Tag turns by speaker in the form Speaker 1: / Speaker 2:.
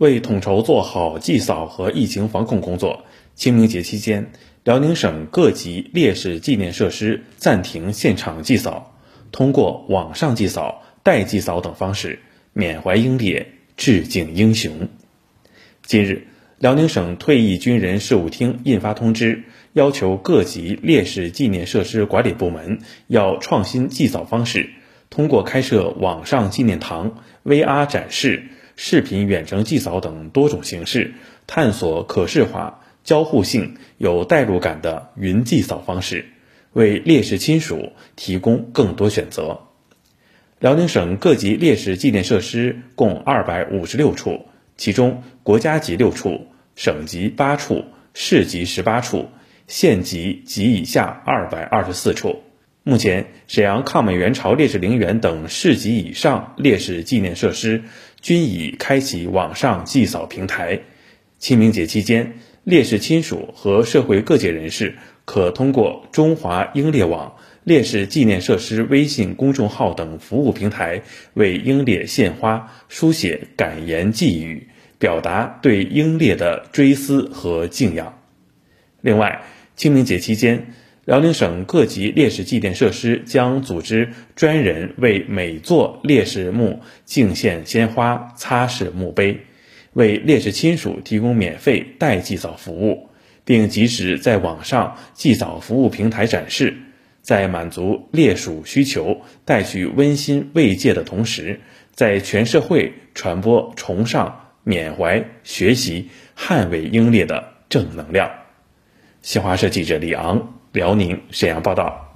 Speaker 1: 为统筹做好祭扫和疫情防控工作，清明节期间，辽宁省各级烈士纪念设施暂停现场祭扫，通过网上祭扫、代祭扫等方式缅怀英烈、致敬英雄。近日，辽宁省退役军人事务厅印发通知，要求各级烈士纪念设施管理部门要创新祭扫方式，通过开设网上纪念堂、VR 展示、视频远程祭扫等多种形式，探索可视化、交互性、有代入感的云祭扫方式，为烈士亲属提供更多选择。辽宁省各级烈士纪念设施共256处，其中国家级6处，省级8处，市级18处，县级及以下224处。目前，沈阳抗美援朝烈士陵园等市级以上烈士纪念设施均已开启网上祭扫平台。清明节期间，烈士亲属和社会各界人士可通过中华英烈网、烈士纪念设施微信公众号等服务平台为英烈献花，书写感言寄语，表达对英烈的追思和敬仰。另外，清明节期间，辽宁省各级烈士纪念设施将组织专人为每座烈士墓敬献鲜花、擦拭墓碑，为烈士亲属提供免费代祭扫服务，并及时在网上祭扫服务平台展示，在满足烈属需求、带去温馨慰藉的同时，在全社会传播崇尚、缅怀、学习、捍卫英烈的正能量。新华社记者李昂，辽宁沈阳报道。